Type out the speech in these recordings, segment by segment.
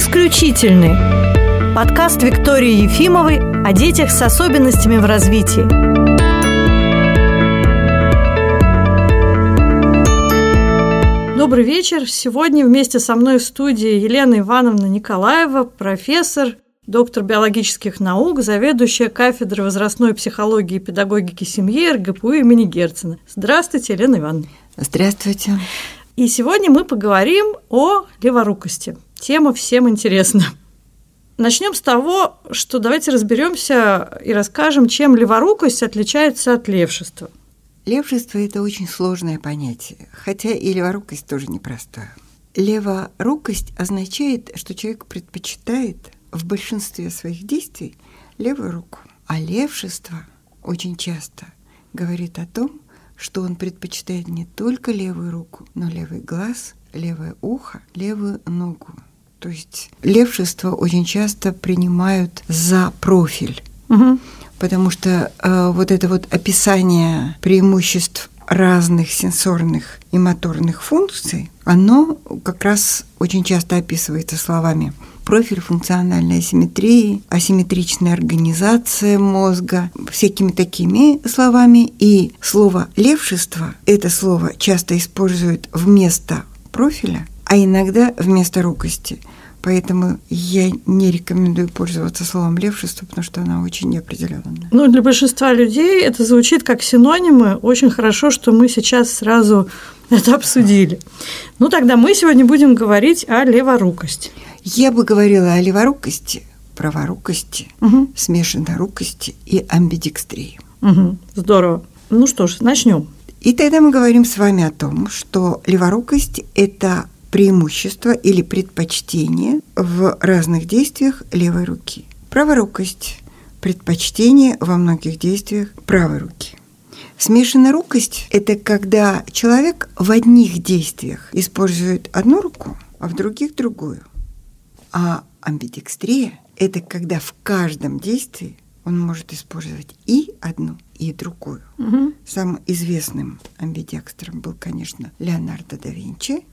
Исключительный. Подкаст Виктории Ефимовой о детях с особенностями в развитии. Добрый вечер. Сегодня вместе со мной в студии Елена Ивановна Николаева, профессор, доктор биологических наук, заведующая кафедрой возрастной психологии и педагогики семьи РГПУ имени Герцена. Здравствуйте, Елена Ивановна. Здравствуйте. И сегодня мы поговорим о леворукости. Тема всем интересна. Начнем с того, что давайте разберемся и расскажем, чем леворукость отличается от левшества. Левшество – это очень сложное понятие, хотя и леворукость тоже непростая. Леворукость означает, что человек предпочитает в большинстве своих действий левую руку, а левшество очень часто говорит о том, что он предпочитает не только левую руку, но левый глаз, левое ухо, левую ногу. То есть левшество очень часто принимают за профиль, потому что вот это вот описание преимуществ разных сенсорных и моторных функций, оно как раз очень часто описывается словами профиль функциональной асимметрии, асимметричная организация мозга, всякими такими словами. И слово «левшество» – это слово часто используют вместо профиля, а иногда вместо рукости. Поэтому я не рекомендую пользоваться словом «левшество», потому что оно очень неопределённое. Для большинства людей это звучит как синонимы. Очень хорошо, что мы сейчас сразу это обсудили. Тогда мы сегодня будем говорить о леворукости. Я бы говорила о леворукости, праворукости, смешаннорукости и амбидекстрии. Здорово. Что ж, начнем. И тогда мы говорим с вами о том, что леворукость – это преимущество или предпочтение в разных действиях левой руки. Праворукость – предпочтение во многих действиях правой руки. Смешаннорукость – это когда человек в одних действиях использует одну руку, а в других – другую. А амбидекстрия – это когда в каждом действии он может использовать и одну, и другую. Самым известным амбидекстром был, конечно, Леонардо да Винчи.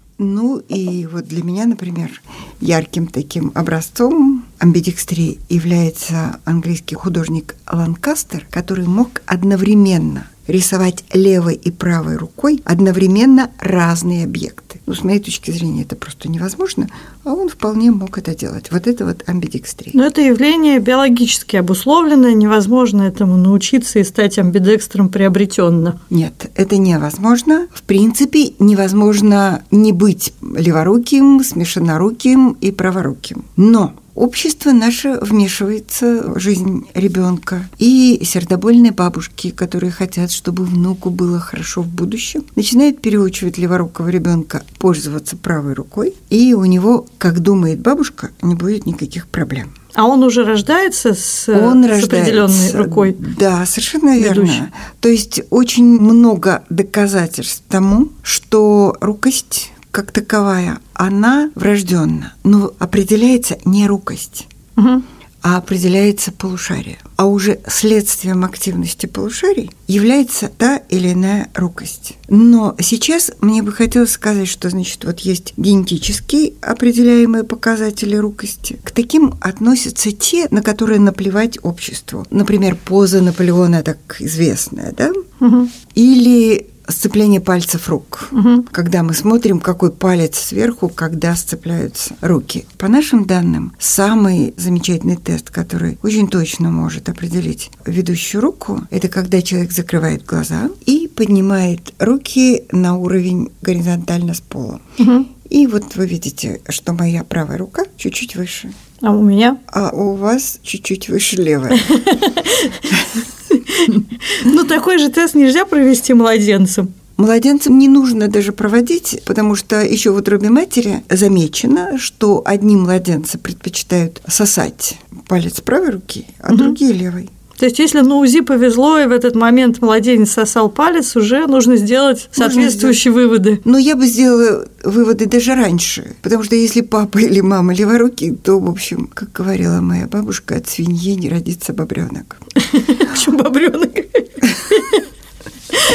И вот для меня, например, ярким таким образцом амбидекстрии является английский художник Ланкастер, который мог одновременно рисовать левой и правой рукой одновременно разные объекты. С моей точки зрения, это просто невозможно, а он вполне мог это делать. Вот это вот амбидекстрия. Но это явление биологически обусловленное, невозможно этому научиться и стать амбидекстром приобретенно. Нет, это невозможно. В принципе, невозможно не быть леворуким, смешанноруким и праворуким. Но общество наше вмешивается в жизнь ребенка, и сердобольные бабушки, которые хотят, чтобы внуку было хорошо в будущем, начинают переучивать леворукого ребенка пользоваться правой рукой, и у него, как думает бабушка, не будет никаких проблем. А он уже рождается с определенной рукой? Да, совершенно верно. То есть очень много доказательств тому, что рукость как таковая, она врожденна, но определяется не рукость, а определяется полушарие. А уже следствием активности полушарий является та или иная рукость. Но сейчас мне бы хотелось сказать, что, вот есть генетически определяемые показатели рукости. К таким относятся те, на которые наплевать обществу. Например, поза Наполеона, так известная, да? Или сцепление пальцев рук, когда мы смотрим, какой палец сверху, когда сцепляются руки. По нашим данным, самый замечательный тест, который очень точно может определить ведущую руку, это когда человек закрывает глаза и поднимает руки на уровень горизонтально с полом. И вот вы видите, что моя правая рука чуть-чуть выше. А у меня? А у вас чуть-чуть выше левая. Такой же тест нельзя провести младенцам. Младенцам не нужно даже проводить, потому что еще в утробе матери замечено, что одни младенцы предпочитают сосать палец правой руки, а другие левой. То есть, если на УЗИ повезло, и в этот момент младенец сосал палец, уже нужно сделать соответствующие выводы. Но я бы сделала выводы даже раньше, потому что если папа или мама леворукий, то, в общем, как говорила моя бабушка, от свиньи не родится бобрёнок. Почему бобрёнок?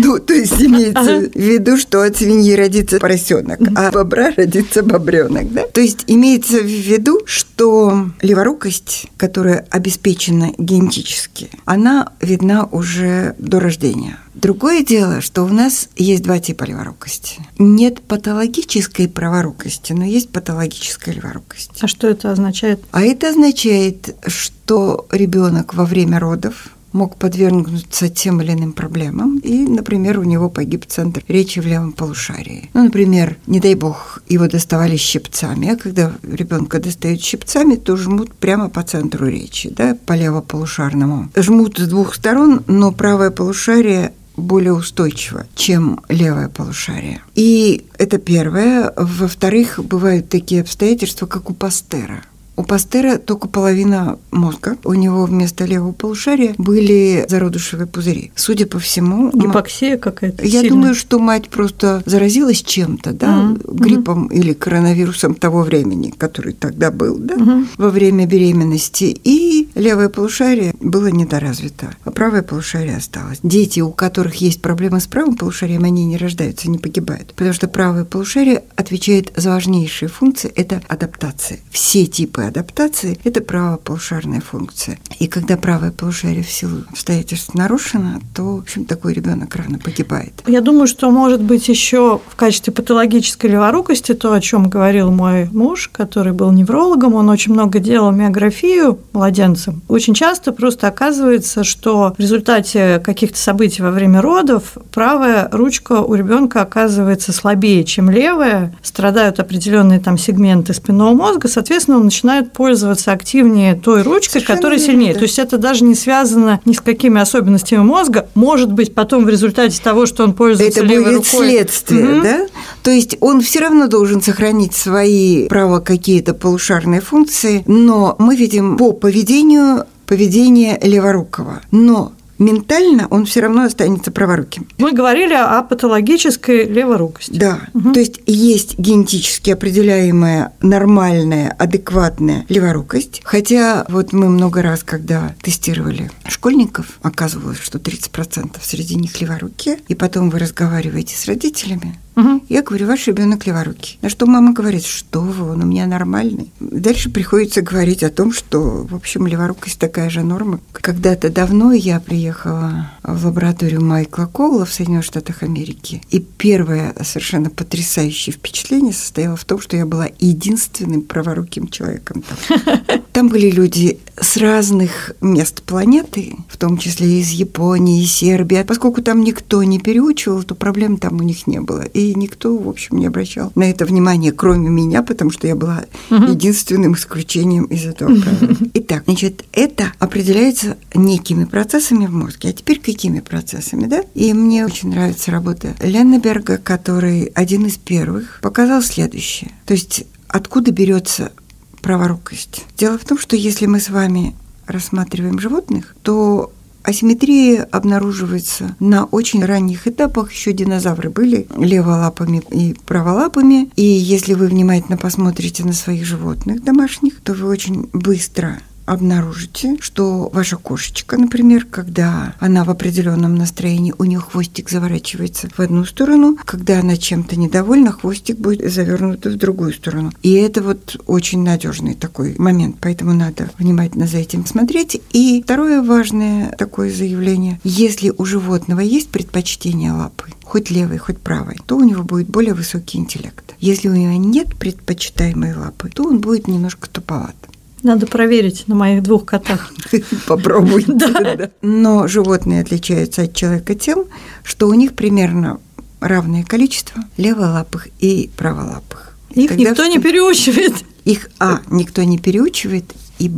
Ну, то есть имеется в виду, что от свиньи родится поросенок, а от бобра родится бобренок, да? То есть имеется в виду, что леворукость, которая обеспечена генетически, она видна уже до рождения. Другое дело, что у нас есть два типа леворукости. Нет патологической праворукости, но есть патологическая леворукость. А что это означает? А это означает, что ребенок во время родов мог подвергнуться тем или иным проблемам, и, например, у него погиб центр речи в левом полушарии. Ну, например, не дай бог, его доставали щипцами, а когда ребенка достают щипцами, то жмут прямо по центру речи, да, по левополушарному. Жмут с двух сторон, но правое полушарие более устойчиво, чем левое полушарие. И это первое. Во-вторых, бывают такие обстоятельства, как у Пастера. У Пастера только половина мозга. У него вместо левого полушария были зародышевые пузыри. Судя по всему... Гипоксия какая-то Я сильная. думаю, что мать просто заразилась чем-то, да, гриппом или коронавирусом того времени, который тогда был, да, во время беременности. И левое полушарие было недоразвито, а правое полушарие осталось. Дети, у которых есть проблемы с правым полушарием, они не рождаются, не погибают. Потому что правое полушарие отвечает за важнейшие функции – это адаптация. Все типы адаптации – это правополушарная функция. И когда правое полушарие в силу обстоятельств нарушено, то, в общем, такой ребенок рано погибает. Я думаю, что может быть еще в качестве патологической леворукости то, о чем говорил мой муж, который был неврологом, он очень много делал миографию младенцам. Очень часто просто оказывается, что в результате каких-то событий во время родов правая ручка у ребенка оказывается слабее, чем левая, страдают определенные там сегменты спинного мозга, соответственно, он начинает пользоваться активнее той ручкой, совершенно которая сильнее. Да. То есть это даже не связано ни с какими особенностями мозга. Может быть, потом в результате того, что он пользуется левой рукой. Это будет следствие, да? То есть он все равно должен сохранить свои право какие-то полушарные функции, но мы видим по поведению поведение леворукого. Но ментально он все равно останется праворуким. Мы говорили о патологической леворукости. Да, то есть генетически определяемая нормальная, адекватная леворукость. Хотя вот мы много раз, когда тестировали школьников, оказывалось, что 30% среди них леворукие, и потом вы разговариваете с родителями, я говорю, ваш ребенок леворукий. На что мама говорит, что вы, он у меня нормальный. Дальше приходится говорить о том, что, в общем, леворукость такая же норма. Когда-то давно я приехала в лабораторию Майкла Коула в Соединенных Штатах Америки, и первое совершенно потрясающее впечатление состояло в том, что я была единственным праворуким человеком там. Там были люди с разных мест планеты, в том числе из Японии, из Сербии. Поскольку там никто не переучивал, то проблем там у них не было. И никто, в общем, не обращал на это внимания, кроме меня, потому что я была единственным исключением из этого правила. Итак, значит, это определяется некими процессами в мозге. А теперь какими процессами, да? И мне очень нравится работа Леннеберга, который один из первых показал следующее. То есть, откуда берется праворукость? Дело в том, что если мы с вами рассматриваем животных, то асимметрия обнаруживается на очень ранних этапах. Еще динозавры были леволапыми и праволапыми. И если вы внимательно посмотрите на своих животных домашних, то вы очень быстро обнаружите, что ваша кошечка, например, когда она в определенном настроении, у нее хвостик заворачивается в одну сторону, когда она чем-то недовольна, хвостик будет завернут в другую сторону. И это вот очень надежный такой момент, поэтому надо внимательно за этим смотреть. И второе важное такое заявление: если у животного есть предпочтение лапы, хоть левой, хоть правой, то у него будет более высокий интеллект. Если у него нет предпочитаемой лапы, то он будет немножко туповат. Надо проверить на моих 2 котах. Попробуйте. Да. Но животные отличаются от человека тем, что у них примерно равное количество леволапых и праволапых. Их никто не переучивает. Их, никто не переучивает, и,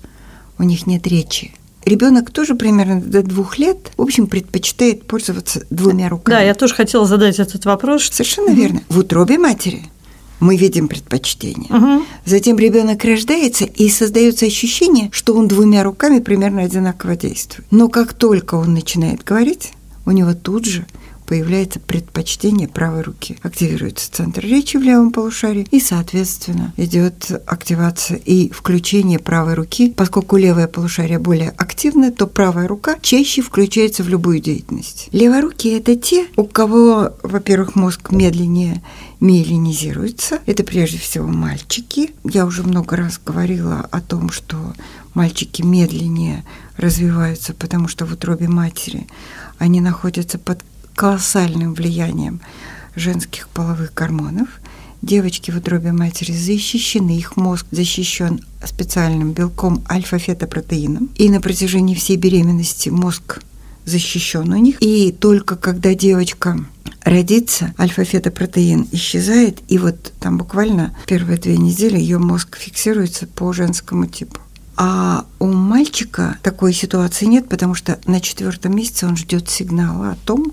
у них нет речи. Ребенок тоже примерно до 2 лет, в общем, предпочитает пользоваться 2 руками. Да, я тоже хотела задать этот вопрос. Совершенно верно. В утробе матери мы видим предпочтение. Затем ребенок рождается, и создается ощущение, что он 2 руками примерно одинаково действует. Но как только он начинает говорить, у него тут же появляется предпочтение правой руки. Активируется центр речи в левом полушарии, и, соответственно, идет активация и включение правой руки. Поскольку левое полушарие более активно, то правая рука чаще включается в любую деятельность. Леворукие – это те, у кого, во-первых, мозг медленнее миелинизируется. Это прежде всего мальчики. Я уже много раз говорила о том, что мальчики медленнее развиваются, потому что в утробе матери они находятся под колоссальным влиянием женских половых гормонов. Девочки в утробе матери защищены, их мозг защищен специальным белком альфа-фетопротеином. И на протяжении всей беременности мозг защищен у них. И только когда девочка родится, альфа-фетопротеин исчезает, и вот там буквально первые 2 недели ее мозг фиксируется по женскому типу. А у мальчика такой ситуации нет, потому что на 4-м месяце он ждет сигнала о том,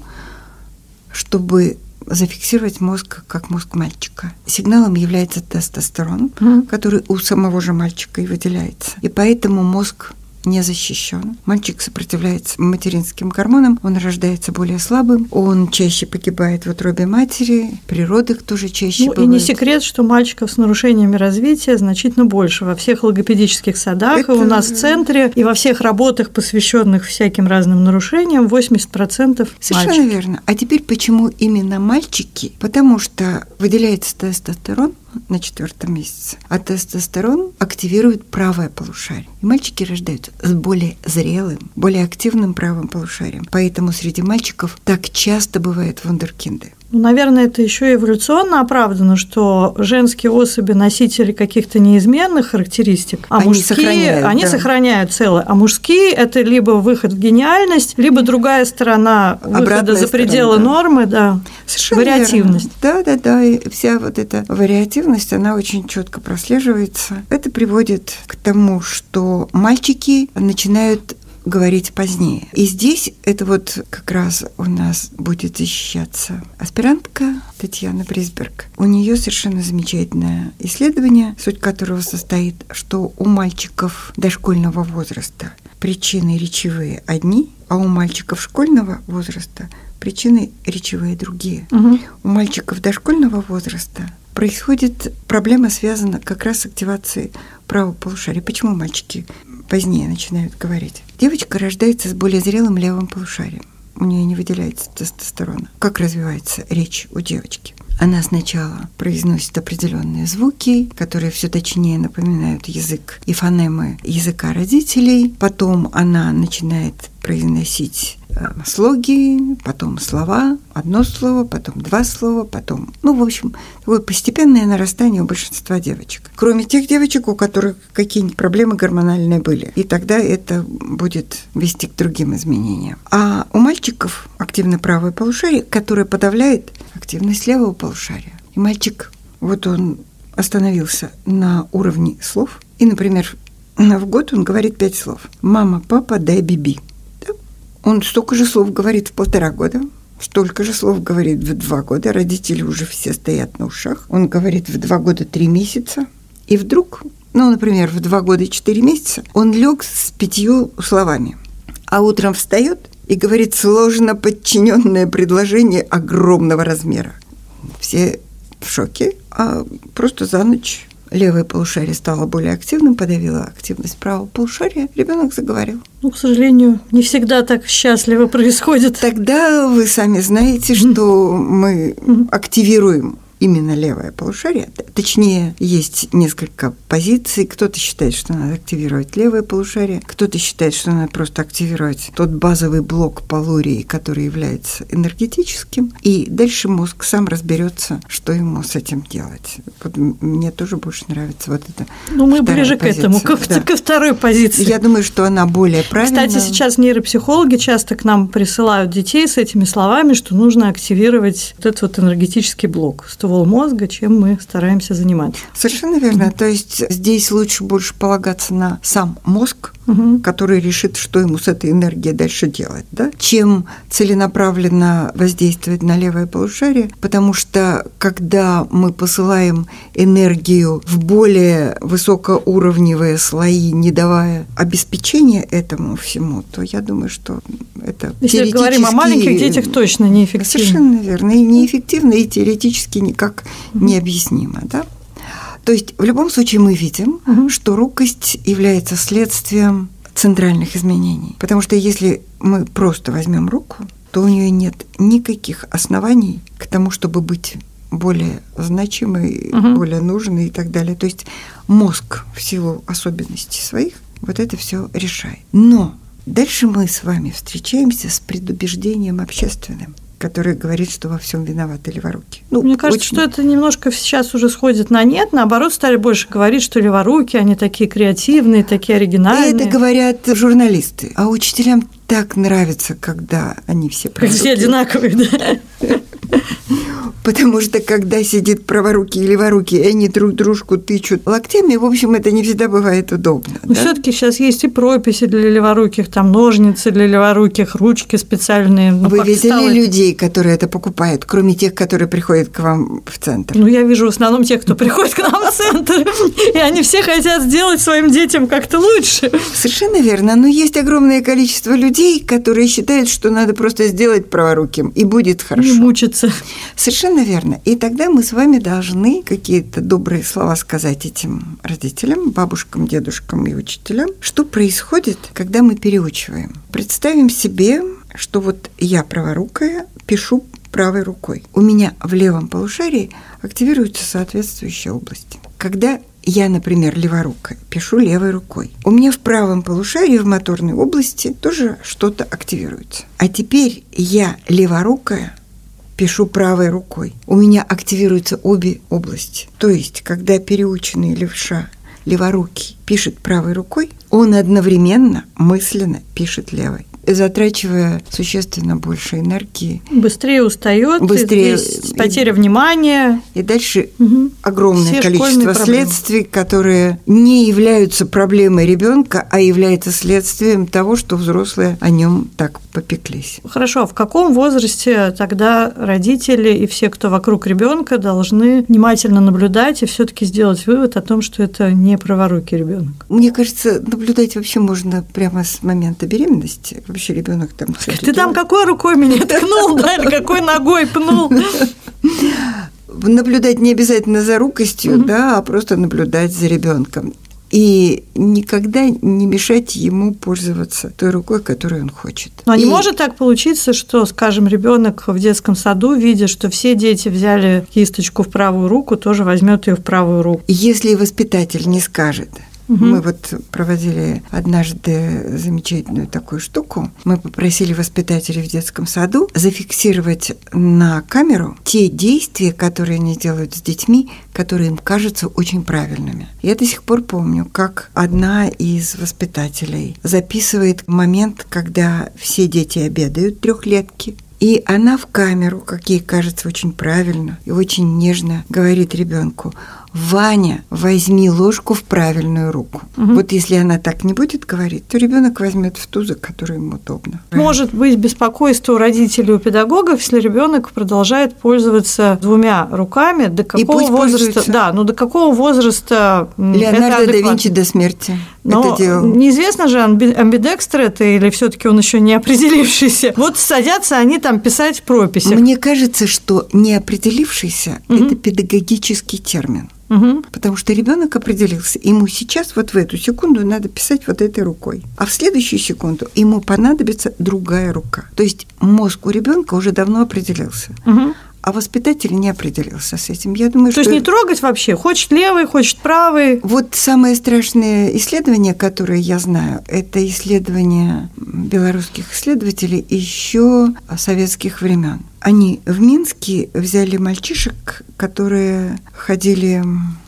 чтобы зафиксировать мозг как мозг мальчика. Сигналом является тестостерон, который у самого же мальчика и выделяется. И поэтому мозг не защищен. Мальчик сопротивляется материнским гормонам, он рождается более слабым, он чаще погибает в утробе матери, при родах тоже чаще бывает. И не секрет, что мальчиков с нарушениями развития значительно больше. Во всех логопедических садах, и у нас в центре, и во всех работах, посвященных всяким разным нарушениям, 80% Совершенно мальчики. верно. А теперь почему именно мальчики? Потому что выделяется тестостерон на 4-м месяце, а тестостерон активирует правое полушарие. И мальчики рождаются с более зрелым, более активным правым полушарием. Поэтому среди мальчиков так часто бывают вундеркинды. Ну, наверное, это еще эволюционно оправдано, что женские особи носители каких-то неизменных характеристик, а мужские они сохраняют целое. А мужские – это либо выход в гениальность, либо другая сторона выхода за пределы нормы, да. Совершенно вариативность. Да. И вся вот эта вариативность, она очень четко прослеживается. Это приводит к тому, что мальчики начинают говорить позднее. И здесь это вот как раз у нас будет защищаться аспирантка Татьяна Брисберг. У нее совершенно замечательное исследование, суть которого состоит, что у мальчиков дошкольного возраста причины речевые одни, а у мальчиков школьного возраста причины речевые другие. У мальчиков дошкольного возраста происходит проблема, связана как раз с активацией правого полушария. Почему мальчики позднее начинают говорить? Девочка рождается с более зрелым левым полушарием. У нее не выделяется тестостерона. Как развивается речь у девочки? Она сначала произносит определенные звуки, которые все точнее напоминают язык и фонемы языка родителей. Потом она начинает произносить слоги, потом слова, одно слово, потом 2 слова, потом, в общем, такое постепенное нарастание у большинства девочек. Кроме тех девочек, у которых какие-нибудь проблемы гормональные были. И тогда это будет вести к другим изменениям. А у мальчиков активно правое полушарие, которое подавляет активность левого полушария. И мальчик, вот он остановился на уровне слов, и, например, в год он говорит 5 слов. «Мама, папа, дай биби». Он столько же слов говорит в 1,5 года, столько же слов говорит в 2 года, родители уже все стоят на ушах. Он говорит в 2 года 3 месяца, и вдруг, например, в 2 года 4 месяца он лег с 5 словами, а утром встает и говорит сложно подчиненное предложение огромного размера. Все в шоке, а просто за ночь левое полушарие стало более активным, подавило активность правого полушария, ребенок заговорил. К сожалению, не всегда так счастливо происходит. Тогда вы сами знаете, что мы активируем именно левое полушарие. Точнее, есть несколько позиций. Кто-то считает, что надо активировать левое полушарие, кто-то считает, что надо просто активировать тот базовый блок полурии, который является энергетическим, и дальше мозг сам разберется, что ему с этим делать. Вот мне тоже больше нравится вот эта мы ближе позиция. К этому, ко второй позиции. Я думаю, что она более правильная. Кстати, сейчас нейропсихологи часто к нам присылают детей с этими словами, что нужно активировать вот этот вот энергетический блок, ствол мозга, чем мы стараемся заниматься. Совершенно верно. То есть здесь лучше больше полагаться на сам мозг, который решит, что ему с этой энергией дальше делать, да, чем целенаправленно воздействовать на левое полушарие, потому что когда мы посылаем энергию в более высокоуровневые слои, не давая обеспечения этому всему, то я думаю, что это если говорим о маленьких детях, точно неэффективно. Совершенно верно. И неэффективно, и теоретически никак необъяснимо, да. То есть в любом случае мы видим, что рукость является следствием центральных изменений. Потому что если мы просто возьмем руку, то у нее нет никаких оснований к тому, чтобы быть более значимой, более нужной и так далее. То есть мозг в силу особенностей своих вот это все решает. Но дальше мы с вами встречаемся с предубеждением общественным, который говорит, что во всем виноваты леворуки. Мне кажется, что это немножко сейчас уже сходит на нет. Наоборот, стали больше говорить, что леворуки, они такие креативные, такие оригинальные. Это говорят журналисты. А учителям так нравится, когда они все праворуки. Все одинаковые, да? Потому что, когда сидит праворукий и леворукий, и они друг дружку тычут локтями, в общем, это не всегда бывает удобно. Но да? Все-таки сейчас есть и прописи для леворуких, там ножницы для леворуких, ручки специальные. Вы видели людей, которые это покупают, кроме тех, которые приходят к вам в центр? Я вижу в основном тех, кто приходит к нам в центр, и они все хотят сделать своим детям как-то лучше. Совершенно верно. Но есть огромное количество людей, которые считают, что надо просто сделать праворуким, и будет хорошо. Не мучиться. Совершенно верно. И тогда мы с вами должны какие-то добрые слова сказать этим родителям, бабушкам, дедушкам и учителям, что происходит, когда мы переучиваем. Представим себе, что вот я праворукая, пишу правой рукой. У меня в левом полушарии активируются соответствующие области. Когда я, например, леворукая, пишу левой рукой, у меня в правом полушарии, в моторной области, тоже что-то активируется. А теперь я леворукая, пишу правой рукой. У меня активируются обе области. То есть, когда переученный левша, леворукий, пишет правой рукой, он одновременно мысленно пишет левой, затрачивая существенно больше энергии. Быстрее устает, потеря внимания. И дальше огромное количество следствий, которые не являются проблемой ребенка, а являются следствием того, что взрослые о нем так попеклись. Хорошо, а в каком возрасте тогда родители и все, кто вокруг ребенка, должны внимательно наблюдать и все-таки сделать вывод о том, что это не праворукий ребенок? Мне кажется, наблюдать вообще можно прямо с момента беременности. Вообще ребенок там... Ты там какой рукой меня ткнул, да, или какой ногой пнул? Наблюдать не обязательно за рукостью, да, а просто наблюдать за ребенком. И никогда не мешать ему пользоваться той рукой, которую он хочет. Но не может так получиться, что, скажем, ребенок в детском саду, видя, что все дети взяли кисточку в правую руку, тоже возьмет ее в правую руку. Если воспитатель не скажет. Мы вот проводили однажды замечательную такую штуку. Мы попросили воспитателей в детском саду зафиксировать на камеру те действия, которые они делают с детьми, которые им кажутся очень правильными. Я до сих пор помню, как одна из воспитателей записывает момент, когда все дети обедают, трехлетки, и она в камеру, как ей кажется, очень правильно и очень нежно говорит ребенку: «Ваня, возьми ложку в правильную руку». Вот если она так не будет говорить, то ребенок возьмет в ту, за которую ему удобно. Может быть беспокойство у родителей, у педагогов, если ребенок продолжает пользоваться двумя руками, до какого возраста? Да, до какого возраста? Леонардо да Винчи до смерти. Но неизвестно же, амбидекстер это или все-таки он еще не определившийся. Вот садятся они там писать прописи. Мне кажется, что неопределившийся это педагогический термин. Потому что ребенок определился, ему сейчас вот в эту секунду надо писать вот этой рукой, а в следующую секунду ему понадобится другая рука. То есть мозг у ребенка уже давно определился. А воспитатель не определился с этим. Я думаю, То есть не трогать вообще? Хочет левый, хочет правый? Вот самое страшное исследование, которое я знаю, это исследование белорусских исследователей еще советских времен. Они в Минске взяли мальчишек, которые входили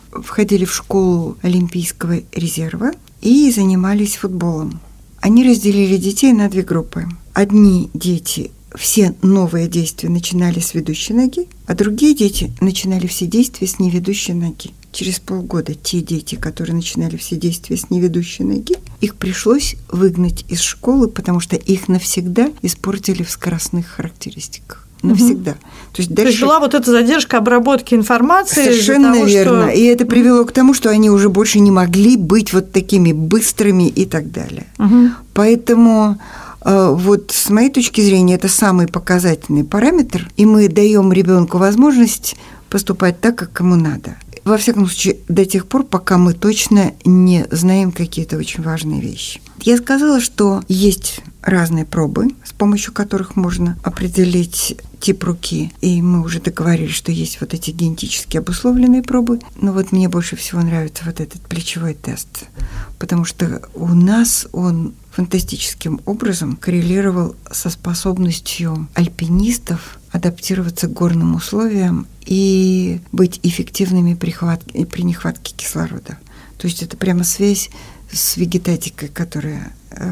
в школу Олимпийского резерва и занимались футболом. Они разделили детей на две группы. Одни дети все новые действия начинали с ведущей ноги, а другие дети начинали все действия с неведущей ноги. через полгода те дети, которые начинали все действия с неведущей ноги, их пришлось выгнать из школы, потому что их навсегда испортили в скоростных характеристиках. Навсегда. То есть была вот эта задержка обработки информации. Совершенно верно. И это привело к тому, что они уже больше не могли быть вот такими быстрыми и так далее. Поэтому вот с моей точки зрения это самый показательный параметр, и мы даем ребенку возможность поступать так, как ему надо. Во всяком случае, до тех пор, пока мы точно не знаем какие-то очень важные вещи. Я сказала, что есть разные пробы, с помощью которых можно определить тип руки. И мы уже договорились, что есть вот эти генетически обусловленные пробы. Но вот мне больше всего нравится вот этот плечевой тест, потому что у нас он фантастическим образом коррелировал со способностью альпинистов адаптироваться к горным условиям и быть эффективными при нехватке кислорода. То есть это прямо связь с вегетатикой, которая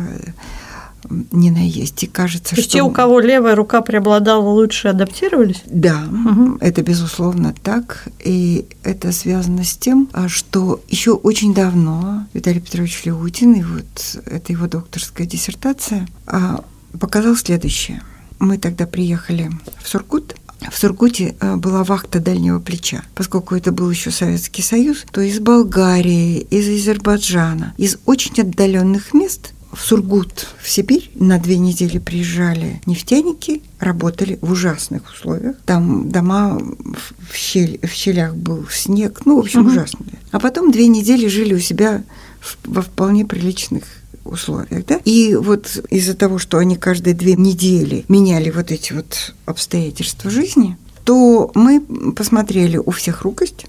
не наесть. И кажется, то есть те, у кого левая рука преобладала, лучше адаптировались? Да, это безусловно так. И это связано с тем, что еще очень давно Виталий Петрович Леутин, и вот это его докторская диссертация, показал следующее. Мы тогда приехали в Сургут. В Сургуте была вахта дальнего плеча. Поскольку это был еще Советский Союз, то из Болгарии, из Азербайджана, из очень отдаленных мест в Сургут, в Сибирь, на 2 недели приезжали нефтяники, работали в ужасных условиях. Там дома в щелях был снег, в общем, ужасные. А потом 2 недели жили у себя во вполне приличных условиях, да? И вот из-за того, что они каждые 2 недели меняли вот эти вот обстоятельства жизни, то мы посмотрели у всех рукость,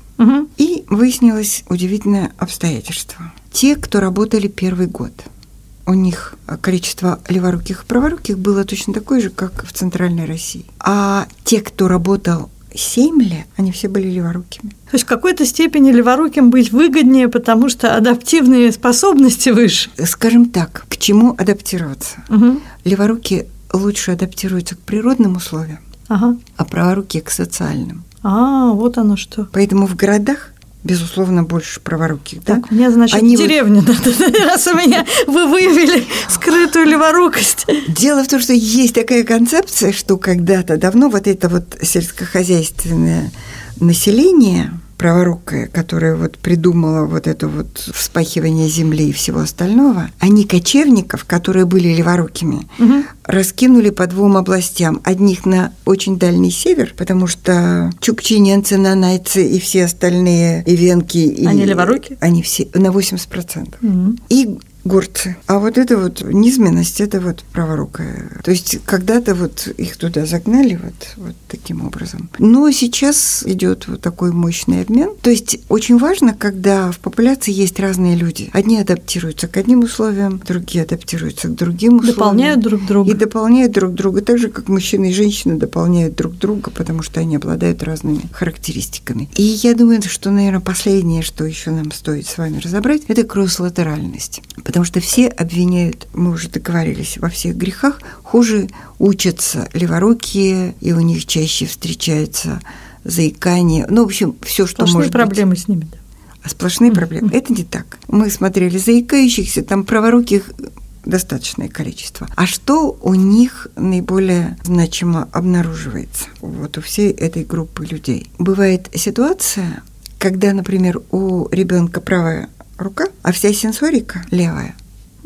и выяснилось удивительное обстоятельство. Те, кто работали первый год, у них количество леворуких и праворуких было точно такое же, как в Центральной России. А те, кто работал 7 лет, они все были леворукими. То есть в какой-то степени леворуким быть выгоднее, потому что адаптивные способности выше. Скажем так, к чему адаптироваться? Леворукие лучше адаптируются к природным условиям, а праворукие к социальным. Вот оно что. Поэтому в городах безусловно, больше праворуких. Так, да? Мне, значит, в деревню надо, раз у меня вы выявили скрытую леворукость. Дело в том, что есть такая концепция, что когда-то давно вот это вот сельскохозяйственное население праворукое, которое вот придумало вот это вот вспахивание земли и всего остального, они кочевников, которые были леворукими, раскинули по 2 областям. Одних на очень дальний север, потому что чукчиненцы, нанайцы и все остальные, и венки. Они леворуки? Они все на 80%. И горцы. А вот это вот низменность, это вот праворукая. То есть когда-то вот их туда загнали вот таким образом. Но сейчас идет вот такой мощный обмен. То есть очень важно, когда в популяции есть разные люди. Одни адаптируются к одним условиям, другие адаптируются к другим условиям. Дополняют друг друга. И дополняют друг друга, так же, как мужчины и женщины дополняют друг друга, потому что они обладают разными характеристиками. И я думаю, что, наверное, последнее, что еще нам стоит с вами разобрать, это кросс-латеральность. Потому что все обвиняют, мы уже договорились, во всех грехах, хуже учатся леворукие, и у них чаще встречается заикание. В общем, все, что сплошные может быть. Проблемы с ними, да. Сплошные проблемы. Это не так. Мы смотрели заикающихся, там праворуких достаточное количество. А что у них наиболее значимо обнаруживается? Вот у всей этой группы людей. Бывает ситуация, когда, например, у ребенка правая рука, а вся сенсорика левая.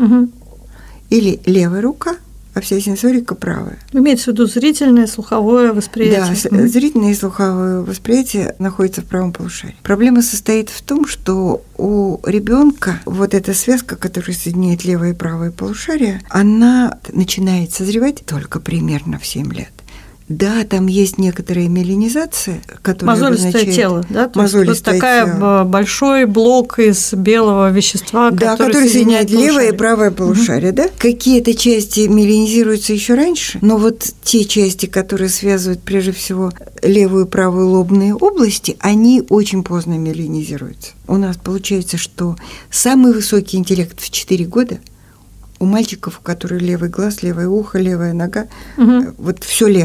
Или левая рука, а вся сенсорика правая. Имеется в виду зрительное, слуховое восприятие. Да, зрительное и слуховое восприятие находится в правом полушарии. Проблема состоит в том, что у ребенка вот эта связка, которая соединяет левое и правое полушарие, она начинает созревать только примерно в 7 лет. Да, там есть некоторая миелинизация, которая мозолистое тело, да? Мозолистое вот такая большой блок из белого вещества, который соединяет левое и правое полушарие, да? Какие-то части миелинизируются еще раньше, но вот те части, которые связывают прежде всего левую и правую лобные области, они очень поздно миелинизируются. У нас получается, что самый высокий интеллект в 4 года у мальчиков, у которых левый глаз, левое ухо, левая нога, вот все левое.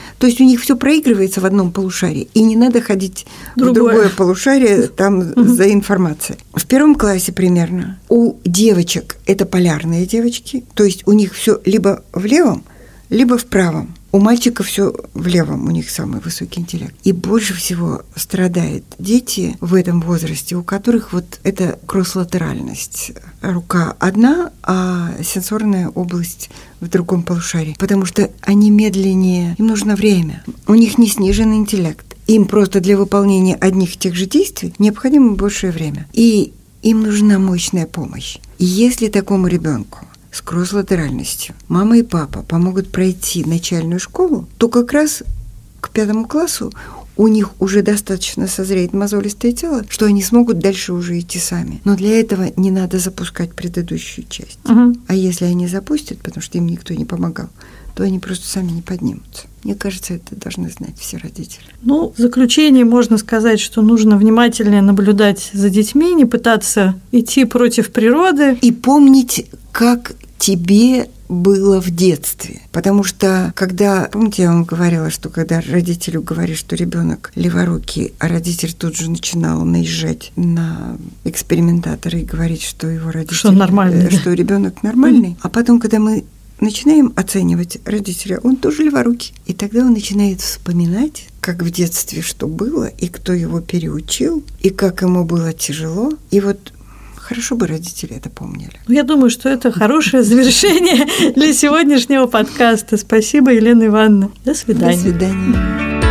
То есть у них все проигрывается в одном полушарии, и не надо ходить в другое полушарие там за информацией. В 1 классе примерно у девочек это полярные девочки, то есть у них все либо в левом, либо в правом. У мальчиков все в левом, у них самый высокий интеллект. И больше всего страдают дети в этом возрасте, у которых вот эта кросс-латеральность. Рука одна, а сенсорная область в другом полушарии. Потому что они медленнее, им нужно время. У них не снижен интеллект. Им просто для выполнения одних и тех же действий необходимо большее время. И им нужна мощная помощь. И если такому ребенку с кросс-латеральностью мама и папа помогут пройти начальную школу, то как раз к 5 классу у них уже достаточно созреет мозолистое тело, что они смогут дальше уже идти сами. Но для этого не надо запускать предыдущую часть. А если они запустят, потому что им никто не помогал, то они просто сами не поднимутся. Мне кажется, это должны знать все родители. В заключение можно сказать, что нужно внимательнее наблюдать за детьми, не пытаться идти против природы. И помнить, как тебе было в детстве. Потому что, помните, я вам говорила, что когда родителю говорит, что ребенок леворукий, а родитель тут же начинал наезжать на экспериментатора и говорить, что его родитель... Что он нормальный. Что ребенок нормальный. А потом, когда мы начинаем оценивать родителя, он тоже леворукий. И тогда он начинает вспоминать, как в детстве что было, и кто его переучил, и как ему было тяжело. И вот хорошо бы родители это помнили. Я думаю, что это хорошее завершение для сегодняшнего подкаста. Спасибо, Елена Ивановна. До свидания. До свидания.